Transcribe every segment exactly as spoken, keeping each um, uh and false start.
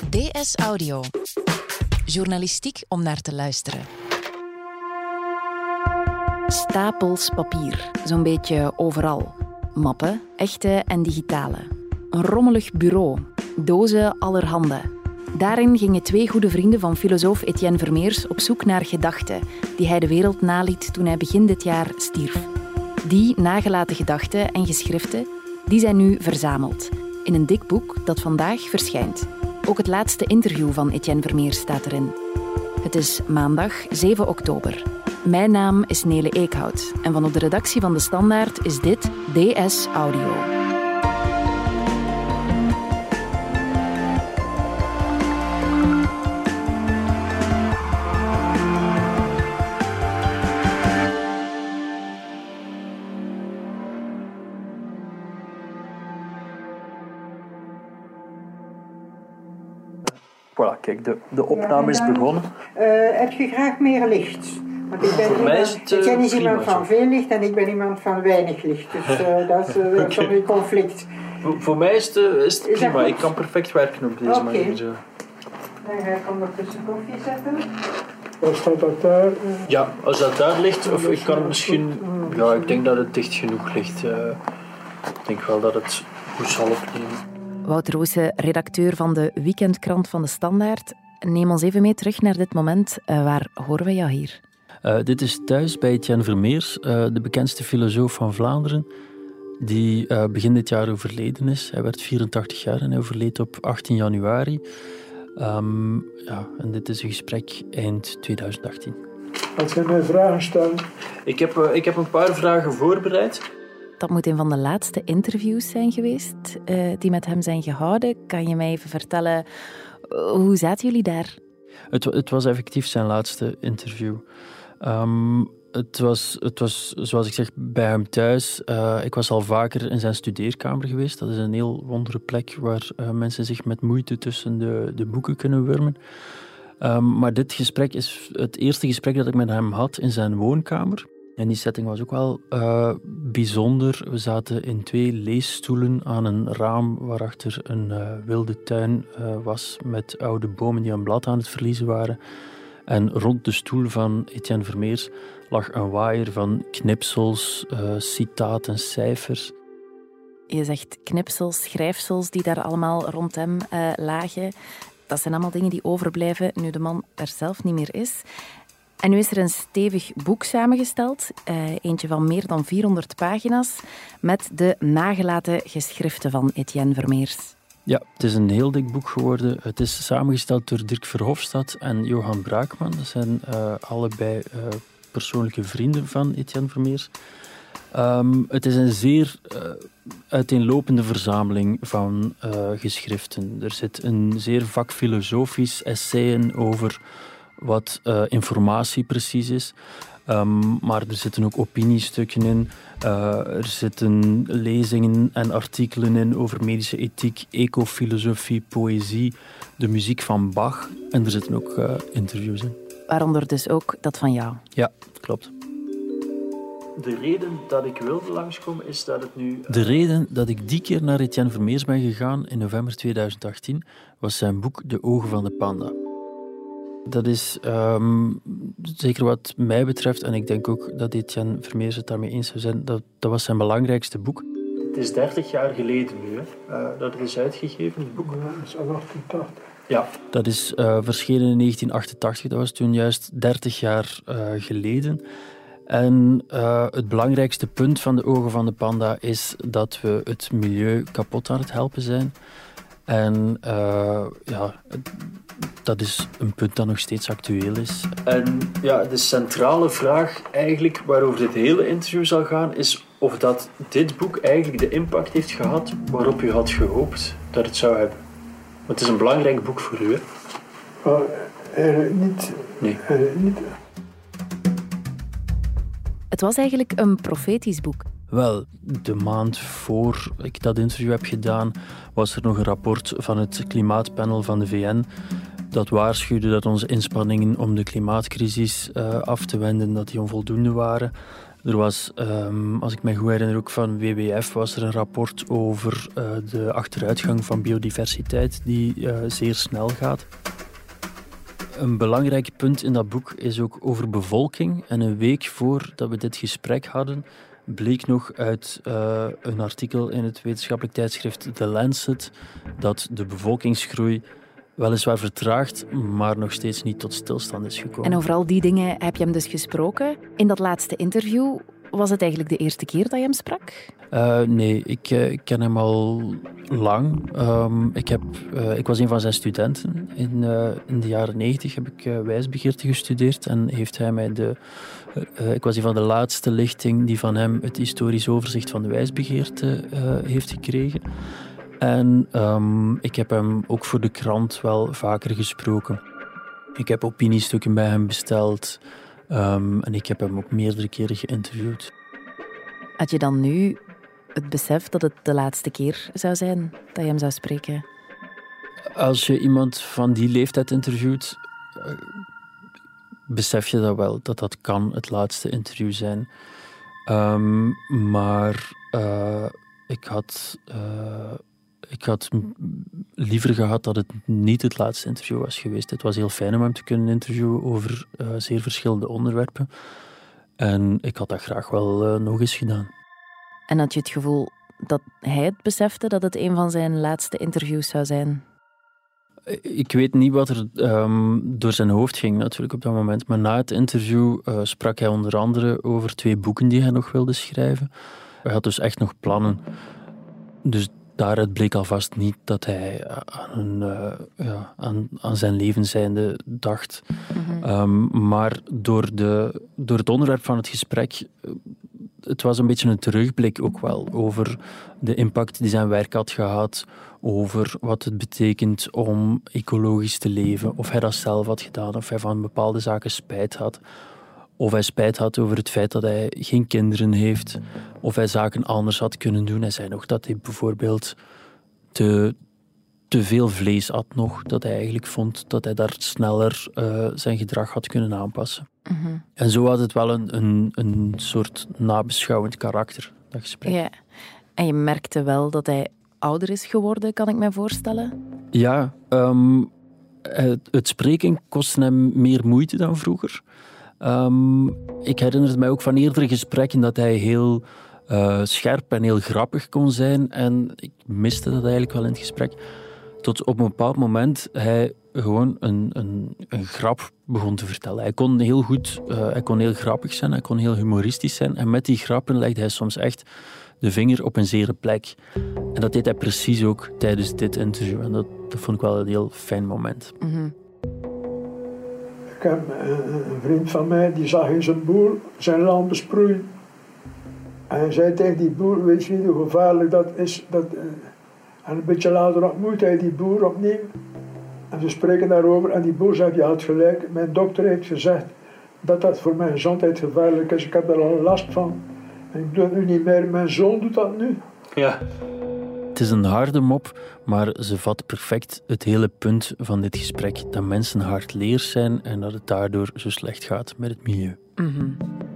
D S Audio. Journalistiek om naar te luisteren. Stapels papier, zo'n beetje overal. Mappen, echte en digitale. Een rommelig bureau. Dozen allerhande. Daarin gingen twee goede vrienden van filosoof Etienne Vermeers op zoek naar gedachten die hij de wereld naliet toen hij begin dit jaar stierf. Die nagelaten gedachten en geschriften die zijn nu verzameld in een dik boek dat vandaag verschijnt. Ook het laatste interview van Etienne Vermeers staat erin. Het is maandag zeven oktober. Mijn naam is Nele Eekhout en van op de redactie van De Standaard is dit D S Audio. Voilà, kijk, de, de opname ja, is begonnen. Uh, heb je graag meer licht? Want ik ben Voor mij is het uh, Ik ben niet iemand zo. van veel licht en ik ben iemand van weinig licht. Dus uh, dat is uh, okay. Van een conflict. Voor, voor mij is het, uh, is het is prima. Ik kan perfect werken op deze okay. manier. Zo. Dan ga ik ondertussen koffie zetten. Waar staat dat daar? Uh, ja, als dat daar ligt, of ik kan het misschien... Ja, ik denk dat het dicht genoeg ligt. Uh, ik denk wel dat het goed zal opnemen. Wout Roose, redacteur van de weekendkrant van De Standaard. Neem ons even mee terug naar dit moment. Uh, waar horen we jou hier? Uh, dit is thuis bij Etienne Vermeers, uh, de bekendste filosoof van Vlaanderen, die uh, begin dit jaar overleden is. Hij werd vierentachtig jaar en hij overleed op achttien januari. Um, ja, en dit is een gesprek eind tweeduizend achttien. Als je mij vragen stelt... Ik heb, uh, ik heb een paar vragen voorbereid. Dat moet een van de laatste interviews zijn geweest uh, die met hem zijn gehouden. Kan je mij even vertellen, uh, hoe zaten jullie daar? Het, het was effectief zijn laatste interview. Um, het, was, het was, zoals ik zeg, bij hem thuis. Uh, ik was al vaker in zijn studeerkamer geweest. Dat is een heel wondere plek waar uh, mensen zich met moeite tussen de, de boeken kunnen wurmen. Um, maar dit gesprek is het eerste gesprek dat ik met hem had in zijn woonkamer. En die setting was ook wel uh, bijzonder. We zaten in twee leesstoelen aan een raam waarachter een uh, wilde tuin uh, was met oude bomen die een blad aan het verliezen waren. En rond de stoel van Etienne Vermeers lag een waaier van knipsels, uh, citaten, cijfers. Je zegt knipsels, schrijfsels die daar allemaal rond hem uh, lagen. Dat zijn allemaal dingen die overblijven nu de man er zelf niet meer is. En nu is er een stevig boek samengesteld, uh, eentje van meer dan vierhonderd pagina's, met de nagelaten geschriften van Etienne Vermeers. Ja, het is een heel dik boek geworden. Het is samengesteld door Dirk Verhofstadt en Johan Braakman. Dat zijn uh, allebei uh, persoonlijke vrienden van Etienne Vermeers. Um, het is een zeer uh, uiteenlopende verzameling van uh, geschriften. Er zit een zeer vakfilosofisch essay in over wat uh, informatie precies is. Um, maar er zitten ook opiniestukken in. Uh, er zitten lezingen en artikelen in over medische ethiek, ecofilosofie, poëzie, de muziek van Bach. En er zitten ook uh, interviews in. Waaronder dus ook dat van jou. Ja, klopt. De reden dat ik wilde langskomen is dat het nu... De reden dat ik die keer naar Etienne Vermeers ben gegaan in november tweeduizend achttien was zijn boek De Ogen van de Panda. Dat is um, zeker wat mij betreft, en ik denk ook dat Etienne Vermeers het daarmee eens zou zijn, dat, dat was zijn belangrijkste boek. Het is dertig jaar geleden nu, hè, uh, dat het is uitgegeven, het boek. Ja, dat is al achtentachtig. Ja, dat is uh, verschenen in negentien achtentachtig, dat was toen juist dertig jaar uh, geleden. En uh, het belangrijkste punt van De Ogen van de Panda is dat we het milieu kapot aan het helpen zijn. En uh, ja, dat is een punt dat nog steeds actueel is. En ja, de centrale vraag eigenlijk waarover dit hele interview zal gaan is of dat dit boek eigenlijk de impact heeft gehad waarop u had gehoopt dat het zou hebben. Want het is een belangrijk boek voor u, hè? Oh, eigenlijk niet. Nee. Eigenlijk niet. Het was eigenlijk een profetisch boek. Wel, de maand voor ik dat interview heb gedaan, was er nog een rapport van het klimaatpanel van de V N dat waarschuwde dat onze inspanningen om de klimaatcrisis uh, af te wenden, dat die onvoldoende waren. Er was, um, als ik me goed herinner, ook van W W F was er een rapport over uh, de achteruitgang van biodiversiteit die uh, zeer snel gaat. Een belangrijk punt in dat boek is ook over bevolking. En een week voordat we dit gesprek hadden, bleek nog uit uh, een artikel in het wetenschappelijk tijdschrift The Lancet dat de bevolkingsgroei weliswaar vertraagd, maar nog steeds niet tot stilstand is gekomen. En over al die dingen heb je hem dus gesproken. In dat laatste interview, was het eigenlijk de eerste keer dat je hem sprak? Uh, nee, ik, uh, ik ken hem al lang. Um, ik, heb, uh, ik was een van zijn studenten. In, uh, in de jaren negentig heb ik uh, wijsbegeerte gestudeerd en heeft hij mij de... Uh, uh, ik was een van de laatste lichting die van hem het historisch overzicht van de wijsbegeerte uh, heeft gekregen. En um, ik heb hem ook voor de krant wel vaker gesproken. Ik heb opiniestukken bij hem besteld um, en ik heb hem ook meerdere keren geïnterviewd. Had je dan nu het besef dat het de laatste keer zou zijn dat je hem zou spreken? Als je iemand van die leeftijd interviewt, uh, besef je dat wel, dat dat kan het laatste interview zijn. Um, maar uh, ik had... Uh, Ik had liever gehad dat het niet het laatste interview was geweest. Het was heel fijn om hem te kunnen interviewen over uh, zeer verschillende onderwerpen. En ik had dat graag wel uh, nog eens gedaan. En had je het gevoel dat hij het besefte dat het een van zijn laatste interviews zou zijn? Ik weet niet wat er um, door zijn hoofd ging natuurlijk op dat moment. Maar na het interview uh, sprak hij onder andere over twee boeken die hij nog wilde schrijven. Hij had dus echt nog plannen. Dus daaruit bleek alvast niet dat hij aan, een, uh, ja, aan, aan zijn levenseinde dacht. Mm-hmm. Um, maar door, de, door het onderwerp van het gesprek... Het was een beetje een terugblik ook wel over de impact die zijn werk had gehad, over wat het betekent om ecologisch te leven, of hij dat zelf had gedaan, of hij van bepaalde zaken spijt had. Of hij spijt had over het feit dat hij geen kinderen heeft. Of hij zaken anders had kunnen doen. Hij zei nog dat hij bijvoorbeeld te, te veel vlees at nog. Dat hij eigenlijk vond dat hij daar sneller uh, zijn gedrag had kunnen aanpassen. Mm-hmm. En zo had het wel een, een, een soort nabeschouwend karakter, dat gesprek. Ja. En je merkte wel dat hij ouder is geworden, kan ik me voorstellen? Ja, um, het, het spreken kostte hem meer moeite dan vroeger. Um, ik herinner mij ook van eerdere gesprekken dat hij heel uh, scherp en heel grappig kon zijn. En ik miste dat eigenlijk wel in het gesprek. Tot op een bepaald moment hij gewoon een, een, een grap begon te vertellen. Hij kon heel goed, uh, hij kon heel grappig zijn, hij kon heel humoristisch zijn. En met die grappen legde hij soms echt de vinger op een zere plek. En dat deed hij precies ook tijdens dit interview. En dat, dat vond ik wel een heel fijn moment. Mm-hmm. Ik heb een vriend van mij, die zag in zijn boer zijn land besproeien. En hij zei tegen die boer, weet je niet hoe gevaarlijk dat is. Dat, en een beetje later ontmoet hij die boer opnieuw. En ze spreken daarover en die boer zegt, je had gelijk. Mijn dokter heeft gezegd dat dat voor mijn gezondheid gevaarlijk is. Ik heb er al last van. En ik doe het nu niet meer. Mijn zoon doet dat nu. Ja. Het is een harde mop, maar ze vat perfect het hele punt van dit gesprek. Dat mensen hardleers zijn en dat het daardoor zo slecht gaat met het milieu. Mm-hmm.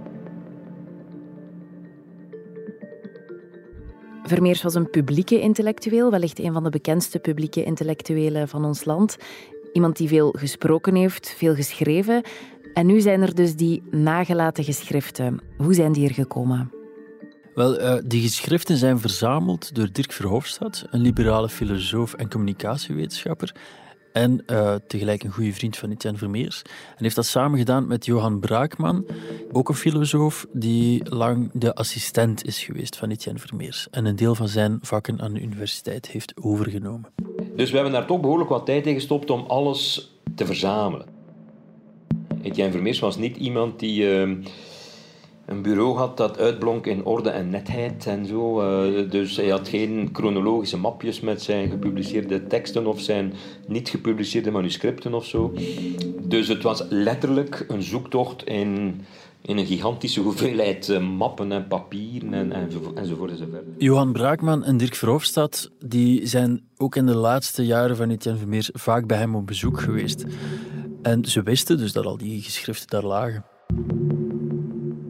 Vermeers was een publieke intellectueel, wellicht een van de bekendste publieke intellectuelen van ons land. Iemand die veel gesproken heeft, veel geschreven. En nu zijn er dus die nagelaten geschriften. Hoe zijn die er gekomen? Wel, uh, die geschriften zijn verzameld door Dirk Verhofstadt, een liberale filosoof en communicatiewetenschapper. En uh, tegelijk een goede vriend van Etienne Vermeers. En heeft dat samen gedaan met Johan Braakman, ook een filosoof die lang de assistent is geweest van Etienne Vermeers. En een deel van zijn vakken aan de universiteit heeft overgenomen. Dus we hebben daar toch behoorlijk wat tijd in gestopt om alles te verzamelen. Etienne Vermeers was niet iemand die uh, een bureau had dat uitblonk in orde en netheid en zo. Uh, dus hij had geen chronologische mapjes met zijn gepubliceerde teksten of zijn niet gepubliceerde manuscripten of zo. Dus het was letterlijk een zoektocht in, in een gigantische hoeveelheid uh, mappen en papieren en, en, enzovoort enzovoort. Johan Braakman en Dirk Verhofstadt die zijn ook in de laatste jaren van Etienne Vermeers vaak bij hem op bezoek geweest. En ze wisten dus dat al die geschriften daar lagen.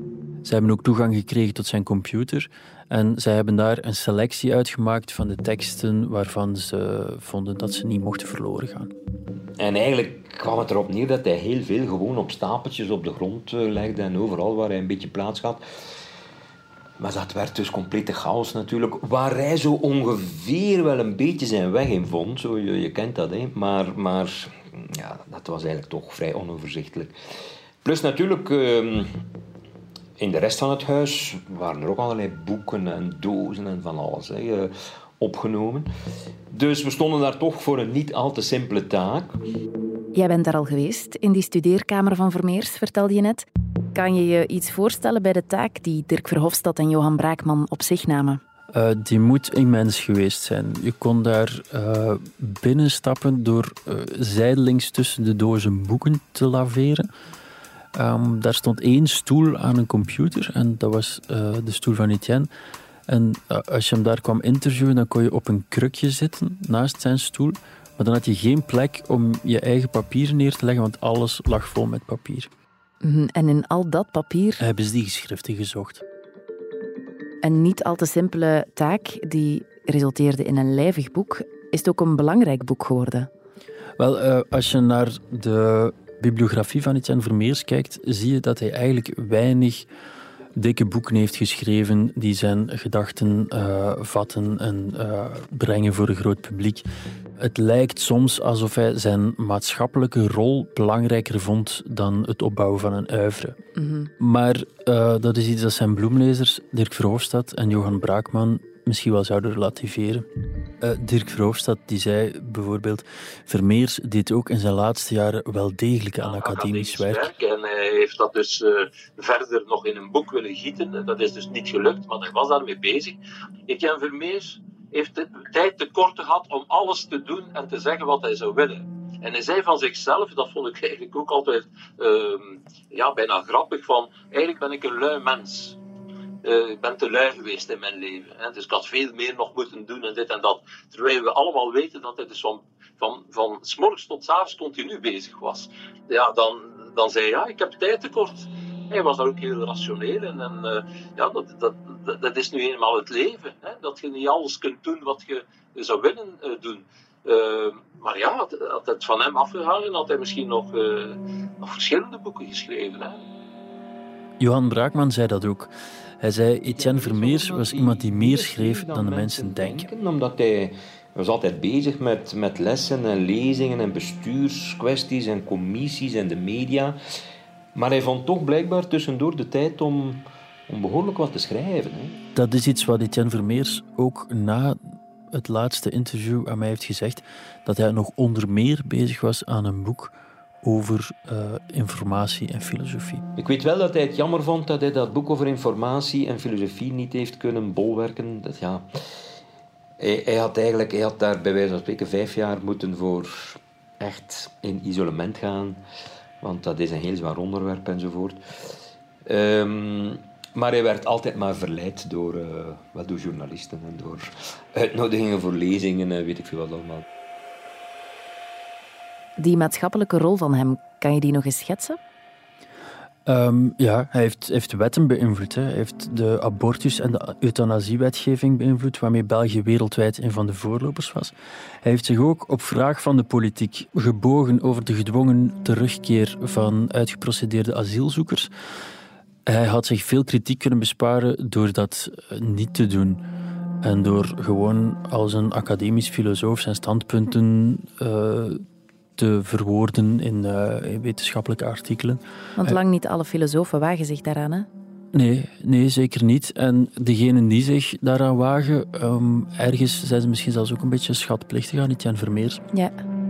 Ze hebben ook toegang gekregen tot zijn computer en zij hebben daar een selectie uitgemaakt van de teksten waarvan ze vonden dat ze niet mochten verloren gaan. En eigenlijk kwam het erop neer dat hij heel veel gewoon op stapeltjes op de grond legde en overal waar hij een beetje plaats had. Maar dat werd dus complete chaos natuurlijk, waar hij zo ongeveer wel een beetje zijn weg in vond. Zo, je, je kent dat, hè. Maar, maar ja, dat was eigenlijk toch vrij onoverzichtelijk. Plus natuurlijk, uh, in de rest van het huis waren er ook allerlei boeken en dozen en van alles hè, uh, opgenomen. Dus we stonden daar toch voor een niet al te simpele taak. Jij bent daar al geweest, in die studeerkamer van Vermeers, vertelde je net. Kan je je iets voorstellen bij de taak die Dirk Verhofstadt en Johan Braakman op zich namen? Uh, die moet immens geweest zijn. Je kon daar uh, binnenstappen door uh, zijdelings tussen de dozen boeken te laveren. Um, daar stond één stoel aan een computer en dat was uh, de stoel van Etienne. En uh, als je hem daar kwam interviewen, dan kon je op een krukje zitten naast zijn stoel. Maar dan had je geen plek om je eigen papier neer te leggen, want alles lag vol met papier. En in al dat papier hebben ze die geschriften gezocht. Een niet al te simpele taak die resulteerde in een lijvig boek. Is het ook een belangrijk boek geworden? Wel, uh, als je naar de bibliografie van Etienne Vermeers kijkt, zie je dat hij eigenlijk weinig dikke boeken heeft geschreven die zijn gedachten uh, vatten en uh, brengen voor een groot publiek. Het lijkt soms alsof hij zijn maatschappelijke rol belangrijker vond dan het opbouwen van een oeuvre. Mm-hmm. Maar uh, dat is iets dat zijn bloemlezers, Dirk Verhofstadt en Johan Braakman, misschien wel zouden relativeren. Uh, Dirk Verhofstadt die zei bijvoorbeeld, Vermeers deed ook in zijn laatste jaren wel degelijk aan academisch werk. werk. En hij heeft dat dus uh, verder nog in een boek willen gieten. Dat is dus niet gelukt, maar hij was daarmee bezig. Etienne Vermeers heeft de tijd tekort gehad om alles te doen en te zeggen wat hij zou willen. En hij zei van zichzelf, dat vond ik eigenlijk ook altijd uh, ja, bijna grappig, van eigenlijk ben ik een lui mens. Uh, ik ben te lui geweest in mijn leven. Hè. Dus ik had veel meer nog moeten doen en dit en dat. Terwijl we allemaal weten dat hij dus van, van, van 's morgens tot 's avonds continu bezig was. Ja, dan, dan zei hij, ja, ik heb tijd tekort. Hij was daar ook heel rationeel in. En uh, ja, dat, dat, dat, dat is nu eenmaal het leven. Hè. Dat je niet alles kunt doen wat je zou willen uh, doen. Uh, maar ja, had, had het van hem afgehangen, had hij misschien nog, uh, nog verschillende boeken geschreven. Hè. Johan Braakman zei dat ook. Hij zei, Etienne Vermeers was iemand die meer schreef dan de mensen denken. Omdat hij was altijd bezig met, met lessen en lezingen en bestuurskwesties en commissies en de media. Maar hij vond toch blijkbaar tussendoor de tijd om, om behoorlijk wat te schrijven. Hè. Dat is iets wat Etienne Vermeers ook na het laatste interview aan mij heeft gezegd, dat hij nog onder meer bezig was aan een boek over uh, informatie en filosofie. Ik weet wel dat hij het jammer vond dat hij dat boek over informatie en filosofie niet heeft kunnen bolwerken. Dat, ja, hij, hij, had eigenlijk, hij had daar bij wijze van spreken vijf jaar moeten voor echt in isolement gaan. Want dat is een heel zwaar onderwerp enzovoort. Um, maar hij werd altijd maar verleid door, uh, wel door journalisten en door uitnodigingen voor lezingen en weet ik veel wat allemaal. Die maatschappelijke rol van hem, kan je die nog eens schetsen? Um, ja, hij heeft, heeft wetten beïnvloed. Hè. Hij heeft de abortus- en de euthanasiewetgeving beïnvloed, waarmee België wereldwijd een van de voorlopers was. Hij heeft zich ook op vraag van de politiek gebogen over de gedwongen terugkeer van uitgeprocedeerde asielzoekers. Hij had zich veel kritiek kunnen besparen door dat niet te doen. En door gewoon als een academisch filosoof zijn standpunten uh, te verwoorden in, uh, in wetenschappelijke artikelen. Want lang niet alle filosofen wagen zich daaraan, hè? Nee, nee, zeker niet. En degenen die zich daaraan wagen, um, ergens zijn ze misschien zelfs ook een beetje schatplichtig aan Etienne Vermeers. Ja.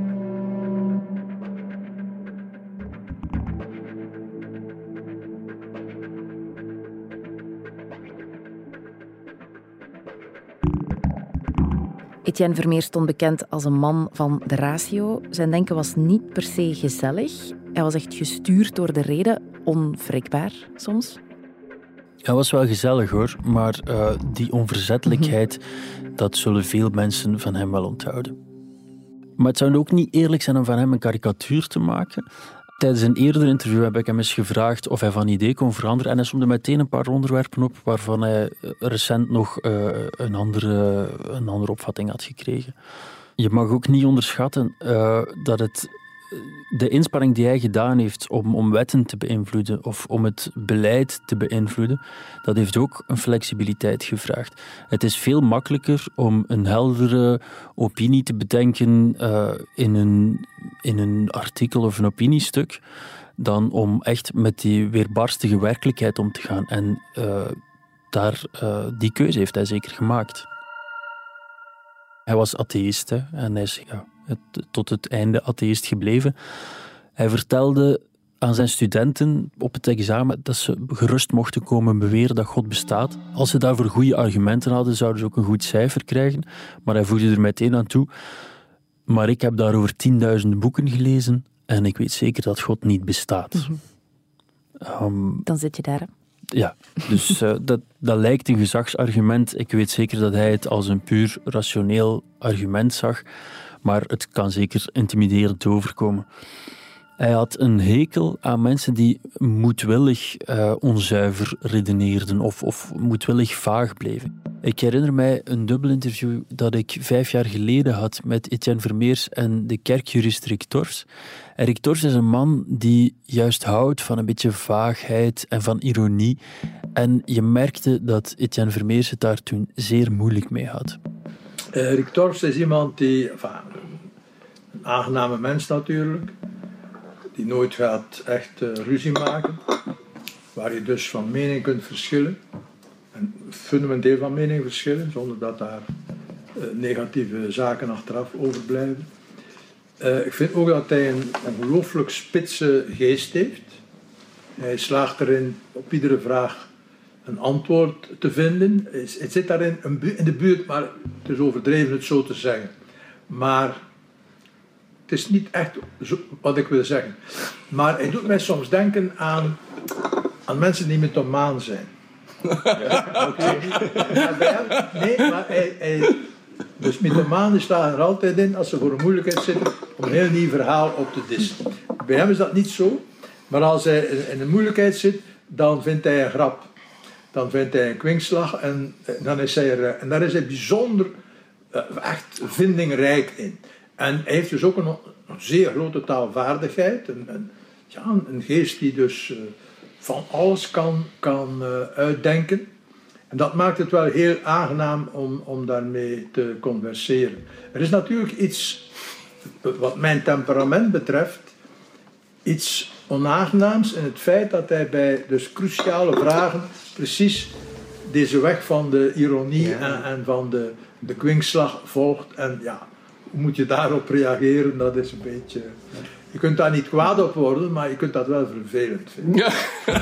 Etienne Vermeers stond bekend als een man van de ratio. Zijn denken was niet per se gezellig. Hij was echt gestuurd door de reden, onwrikbaar soms. Hij was wel gezellig hoor, maar uh, die onverzettelijkheid, mm-hmm. dat zullen veel mensen van hem wel onthouden. Maar het zou ook niet eerlijk zijn om van hem een karikatuur te maken. Tijdens een eerder interview heb ik hem eens gevraagd of hij van idee kon veranderen. En hij somde meteen een paar onderwerpen op waarvan hij recent nog uh, een, andere, een andere opvatting had gekregen. Je mag ook niet onderschatten uh, dat het, de inspanning die hij gedaan heeft om, om wetten te beïnvloeden of om het beleid te beïnvloeden, dat heeft ook een flexibiliteit gevraagd. Het is veel makkelijker om een heldere opinie te bedenken uh, in, een, in een artikel of een opiniestuk dan om echt met die weerbarstige werkelijkheid om te gaan. En uh, daar, uh, die keuze heeft hij zeker gemaakt. Hij was atheïst hè, en hij is ja, het, tot het einde atheïst gebleven. Hij vertelde aan zijn studenten op het examen dat ze gerust mochten komen beweren dat God bestaat. Als ze daarvoor goede argumenten hadden, zouden ze ook een goed cijfer krijgen. Maar hij voegde er meteen aan toe. Maar ik heb daarover tienduizenden boeken gelezen en ik weet zeker dat God niet bestaat. Mm-hmm. Um, Dan zit je daar, hè? Ja, dus uh, dat, dat lijkt een gezagsargument. Ik weet zeker dat hij het als een puur rationeel argument zag, maar het kan zeker intimiderend overkomen. Hij had een hekel aan mensen die moedwillig uh, onzuiver redeneerden of, of moedwillig vaag bleven. Ik herinner mij een dubbel interview dat ik vijf jaar geleden had met Etienne Vermeers en de kerkjurist Rick Torfs. En Rick Torfs is een man die juist houdt van een beetje vaagheid en van ironie. En je merkte dat Etienne Vermeers het daar toen zeer moeilijk mee had. Uh, Rick Torfs is iemand die, enfin, een aangename mens natuurlijk, die nooit gaat echt uh, ruzie maken, waar je dus van mening kunt verschillen, en fundamenteel van mening verschillen, zonder dat daar uh, negatieve zaken achteraf overblijven. Uh, ik vind ook dat hij een ongelooflijk spitse geest heeft. Hij slaagt erin op iedere vraag een antwoord te vinden. Het zit daarin in de buurt, maar het is overdreven het zo te zeggen. Maar het is niet echt zo, wat ik wil zeggen. Maar hij doet mij soms denken aan, aan mensen die mythomaan zijn. Ja, okay. Maar nee, maar hij, hij, dus mythomanen staan er altijd in als ze voor een moeilijkheid zitten om een heel nieuw verhaal op te dissen. Bij hem is dat niet zo, maar als hij in een moeilijkheid zit, dan vindt hij een grap. Dan vindt hij een kwinkslag en, dan is hij er, en daar is hij bijzonder uh, echt vindingrijk in. En hij heeft dus ook een, een zeer grote taalvaardigheid, een, een, ja, een geest die dus uh, van alles kan, kan uh, uitdenken. En dat maakt het wel heel aangenaam om, om daarmee te converseren. Er is natuurlijk iets, wat mijn temperament betreft, iets onaangenaams in het feit dat hij bij dus cruciale vragen precies deze weg van de ironie ja. en, en van de, de kwinkslag volgt. En ja, hoe moet je daarop reageren? Dat is een beetje... Je kunt daar niet kwaad op worden, maar je kunt dat wel vervelend vinden. Ja.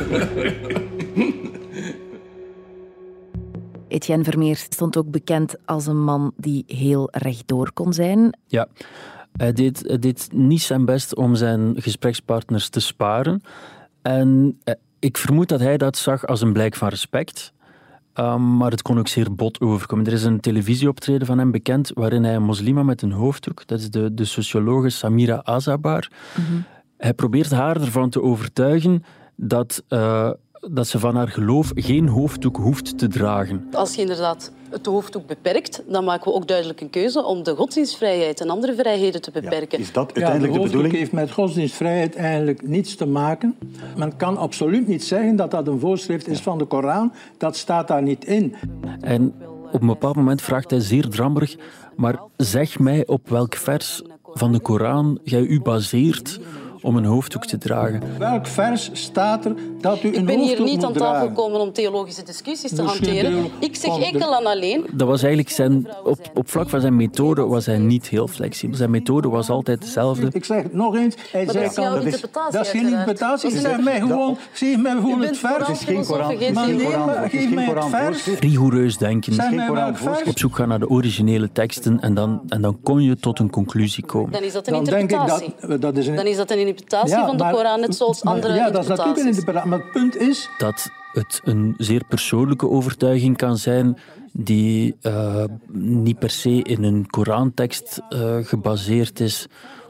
Etienne Vermeers stond ook bekend als een man die heel rechtdoor kon zijn. Ja, hij deed, hij deed niet zijn best om zijn gesprekspartners te sparen. En ik vermoed dat hij dat zag als een blijk van respect. Um, maar het kon ook zeer bot overkomen. Er is een televisieoptreden van hem bekend waarin hij een moslima met een hoofddoek, dat is de, de sociologe Samira Azabar, mm-hmm. hij probeert haar ervan te overtuigen dat... Uh, dat ze van haar geloof geen hoofddoek hoeft te dragen. Als je inderdaad het hoofddoek beperkt, dan maken we ook duidelijk een keuze om de godsdienstvrijheid en andere vrijheden te beperken. Ja, is dat uiteindelijk ja, de, de hoofddoek bedoeling? heeft met godsdienstvrijheid eigenlijk niets te maken. Men kan absoluut niet zeggen dat dat een voorschrift is van de Koran. Dat staat daar niet in. En op een bepaald moment vraagt hij zeer drammerig, maar zeg mij op welk vers van de Koran jij u baseert om een hoofddoek te dragen. Welk vers staat er dat u een hoofddoek moet dragen? Ik ben hier niet aan tafel gekomen om theologische discussies te hanteren. Ik zeg enkel en alleen... Dat was eigenlijk zijn... Op, op vlak van zijn methode was hij niet heel flexibel. Zijn methode was altijd dezelfde. Ik zeg het nog eens. Hij maar zei, dat is jouw dat interpretatie. Dat is geen interpretatie. Zeg mij gewoon... Zeg mij gewoon het vers. Het is geen Koran. Het is geen Koran. Het is geen Koran voorschrift. Rigoureus denken. Geen Koran voorschrift. Op zoek gaan naar de originele teksten en dan, en dan kon je tot een conclusie komen. Dan is dat een interpretatie. Dat, dat is een... Dan is dat een interpretatie ja, van de maar, Koran, net zoals andere maar, ja, dat is natuurlijk een interpretaties. Maar het punt is... Dat het een zeer persoonlijke overtuiging kan zijn die uh, niet per se in een Korantekst uh, gebaseerd is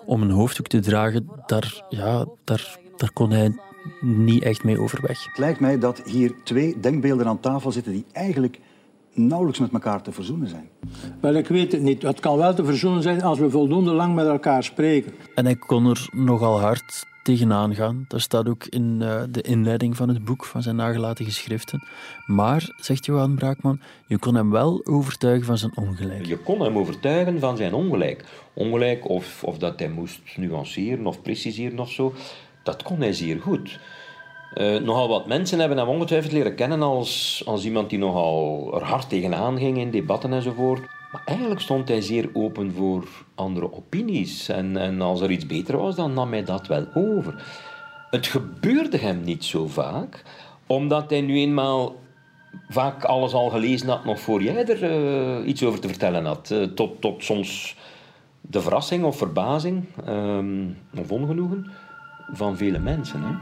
om een hoofddoek te dragen, daar, ja, daar, daar kon hij niet echt mee overweg. Het lijkt mij dat hier twee denkbeelden aan tafel zitten die eigenlijk nauwelijks met elkaar te verzoenen zijn. Wel, ik weet het niet. Het kan wel te verzoenen zijn als we voldoende lang met elkaar spreken. En hij kon er nogal hard tegenaan gaan. Dat staat ook in uh, de inleiding van het boek, van zijn nagelaten geschriften. Maar, zegt Johan Braakman, je kon hem wel overtuigen van zijn ongelijk. Je kon hem overtuigen van zijn ongelijk. Ongelijk of, of dat hij moest nuanceren of preciseren of zo. Dat kon hij zeer goed. Uh, nogal wat mensen hebben hem ongetwijfeld leren kennen als, als iemand die nogal er hard tegenaan ging in debatten enzovoort. Maar eigenlijk stond hij zeer open voor andere opinies. En, en als er iets beter was, dan nam hij dat wel over. Het gebeurde hem niet zo vaak, omdat hij nu eenmaal vaak alles al gelezen had, nog voor jij er uh, iets over te vertellen had. Uh, tot, tot soms de verrassing of verbazing, um, of ongenoegen van vele mensen. Hè.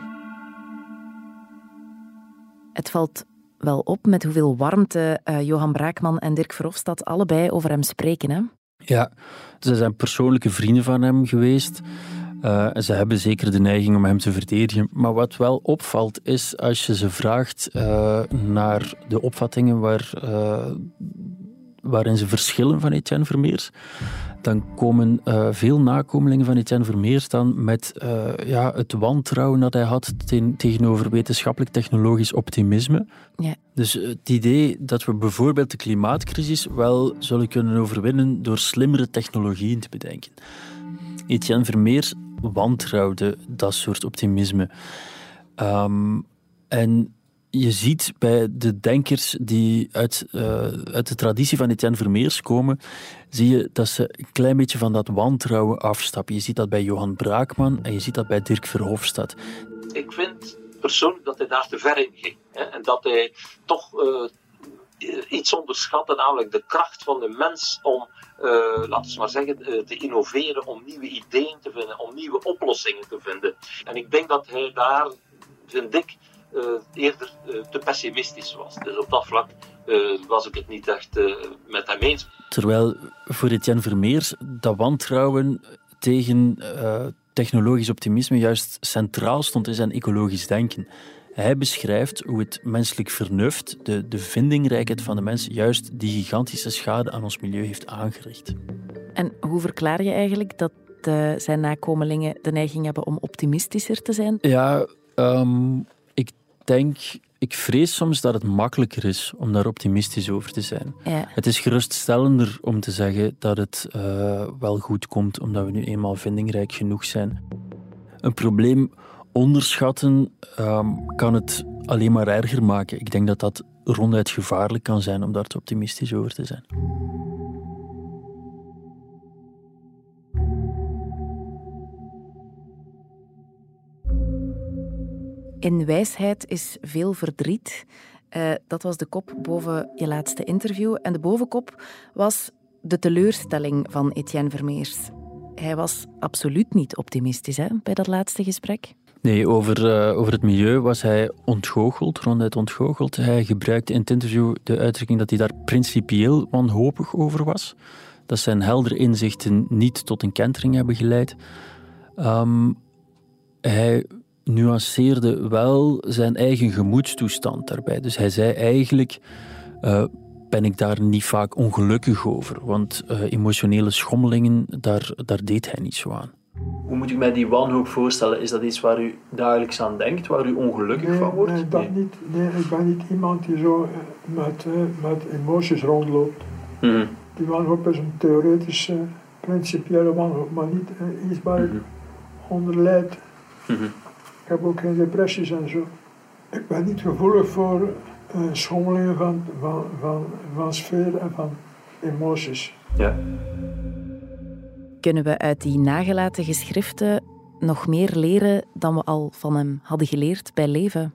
Het valt wel op met hoeveel warmte uh, Johan Braakman en Dirk Verhofstadt allebei over hem spreken. Hè? Ja, ze zijn persoonlijke vrienden van hem geweest. Uh, ze hebben zeker de neiging om hem te verdedigen. Maar wat wel opvalt is, als je ze vraagt uh, naar de opvattingen waar, uh, waarin ze verschillen van Etienne Vermeers, dan komen uh, veel nakomelingen van Etienne Vermeers dan met uh, ja, het wantrouwen dat hij had ten, tegenover wetenschappelijk-technologisch optimisme. Ja. Dus het idee dat we bijvoorbeeld de klimaatcrisis wel zullen kunnen overwinnen door slimmere technologieën te bedenken. Etienne Vermeers wantrouwde dat soort optimisme. Um, en je ziet bij de denkers die uit, uh, uit de traditie van Etienne Vermeers komen, zie je dat ze een klein beetje van dat wantrouwen afstappen. Je ziet dat bij Johan Braakman en je ziet dat bij Dirk Verhofstadt. Ik vind persoonlijk dat hij daar te ver in ging. Hè, en dat hij toch uh, iets onderschatte, namelijk de kracht van de mens om, uh, laten we maar zeggen, uh, te innoveren, om nieuwe ideeën te vinden, om nieuwe oplossingen te vinden. En ik denk dat hij daar, vind ik, Uh, eerder uh, te pessimistisch was. Dus op dat vlak uh, was ik het niet echt uh, met hem eens. Terwijl voor Etienne Vermeers dat wantrouwen tegen uh, technologisch optimisme juist centraal stond in zijn ecologisch denken. Hij beschrijft hoe het menselijk vernuft, de, de vindingrijkheid van de mens, juist die gigantische schade aan ons milieu heeft aangericht. En hoe verklaar je eigenlijk dat uh, zijn nakomelingen de neiging hebben om optimistischer te zijn? Ja, um, Ik denk, ik vrees soms dat het makkelijker is om daar optimistisch over te zijn. Ja. Het is geruststellender om te zeggen dat het uh, wel goed komt, omdat we nu eenmaal vindingrijk genoeg zijn. Een probleem onderschatten um, kan het alleen maar erger maken. Ik denk dat dat ronduit gevaarlijk kan zijn om daar te optimistisch over te zijn. In wijsheid is veel verdriet. Uh, dat was de kop boven je laatste interview. En de bovenkop was de teleurstelling van Etienne Vermeers. Hij was absoluut niet optimistisch, hè, bij dat laatste gesprek. Nee, over, uh, over het milieu was hij ontgoocheld, ronduit ontgoocheld. Hij gebruikte in het interview de uitdrukking dat hij daar principieel wanhopig over was. Dat zijn heldere inzichten niet tot een kentering hebben geleid. Um, hij nuanceerde wel zijn eigen gemoedstoestand daarbij. Dus hij zei eigenlijk, uh, ben ik daar niet vaak ongelukkig over, want uh, emotionele schommelingen, daar, daar deed hij niet zo aan. Hoe moet ik mij die wanhoop voorstellen? Is dat iets waar u dagelijks aan denkt, waar u ongelukkig nee, van wordt? Nee, dat nee. Niet, nee, ik ben niet iemand die zo met, uh, met emoties rondloopt. Mm-hmm. Die wanhoop is een theoretische, uh, principiële wanhoop, maar niet uh, iets waar mm-hmm. ik onder lijd. Mm-hmm. Ik heb ook geen depressies en zo. Ik ben niet gevoelig voor uh, schommelingen van, van, van, van sfeer en van emoties. Ja. Kunnen we uit die nagelaten geschriften nog meer leren dan we al van hem hadden geleerd bij leven?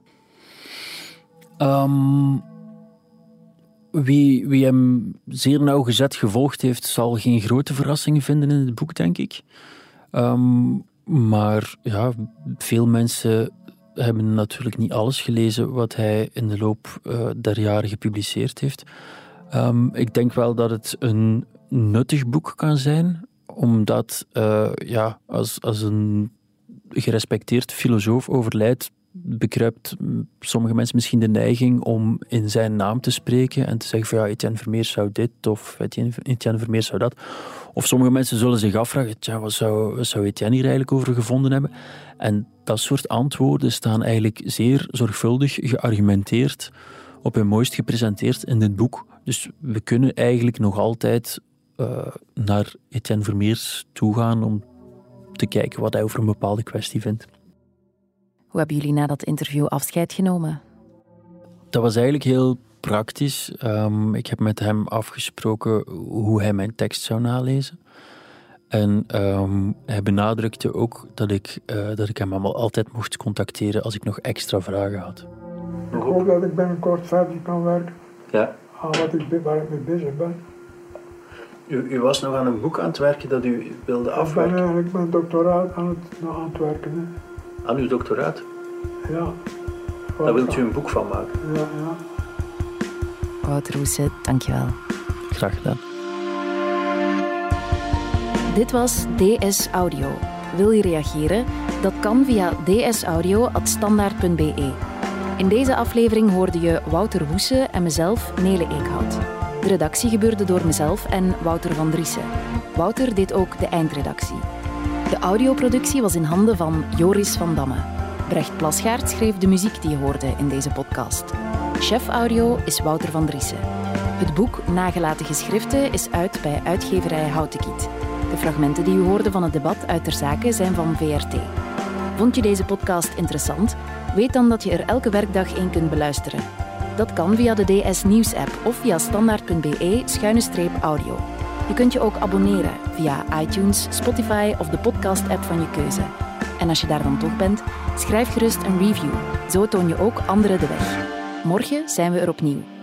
Um, wie, wie hem zeer nauwgezet gevolgd heeft, zal geen grote verrassingen vinden in het boek, denk ik. Um, maar ja, veel mensen hebben natuurlijk niet alles gelezen wat hij in de loop uh, der jaren gepubliceerd heeft. Um, ik denk wel dat het een nuttig boek kan zijn omdat uh, ja, als, als een gerespecteerd filosoof overlijdt, bekruipt sommige mensen misschien de neiging om in zijn naam te spreken en te zeggen van ja, Etienne Vermeers zou dit of Etienne, Etienne Vermeers zou dat. Of sommige mensen zullen zich afvragen, tja, wat zou, wat zou Etienne hier eigenlijk over gevonden hebben? En dat soort antwoorden staan eigenlijk zeer zorgvuldig geargumenteerd, op hun mooist gepresenteerd in dit boek. Dus we kunnen eigenlijk nog altijd uh, naar Etienne Vermeers toegaan om te kijken wat hij over een bepaalde kwestie vindt. Hoe hebben jullie na dat interview afscheid genomen? Dat was eigenlijk heel praktisch. Um, ik heb met hem afgesproken hoe hij mijn tekst zou nalezen. En um, hij benadrukte ook dat ik, uh, dat ik hem allemaal altijd mocht contacteren als ik nog extra vragen had. Ik hoop dat ik binnenkort verder kan werken. Ja. Aan wat ik, waar ik mee bezig ben. U, u was nog aan een boek aan het werken dat u wilde afwerken? Ik ben eigenlijk mijn doctoraat aan het, aan het werken. Hè. Aan uw doctoraat? Ja. Daar wilt u een boek van maken? Ja, ja. Wouter Hoesse, dankjewel. Graag gedaan. Dit was D S Audio. Wil je reageren? Dat kan via d s audio at standaard punt b e. In deze aflevering hoorde je Wouter Hoesse en mezelf, Nele Eekhout. De redactie gebeurde door mezelf en Wouter van Driessen. Wouter deed ook de eindredactie. De audioproductie was in handen van Joris van Damme. Brecht Plasgaard schreef de muziek die je hoorde in deze podcast. Chef audio is Wouter van Driessen. Het boek Nagelaten Geschriften is uit bij uitgeverij Houtekiet. De fragmenten die u hoorde van het debat uit ter zake zijn van V R T. Vond je deze podcast interessant? Weet dan dat je er elke werkdag één kunt beluisteren. Dat kan via de D S Nieuws-app of via standaard punt b e schuine streep audio. Je kunt je ook abonneren via iTunes, Spotify of de podcast-app van je keuze. En als je daar dan toch bent, schrijf gerust een review. Zo toon je ook anderen de weg. Morgen zijn we er opnieuw.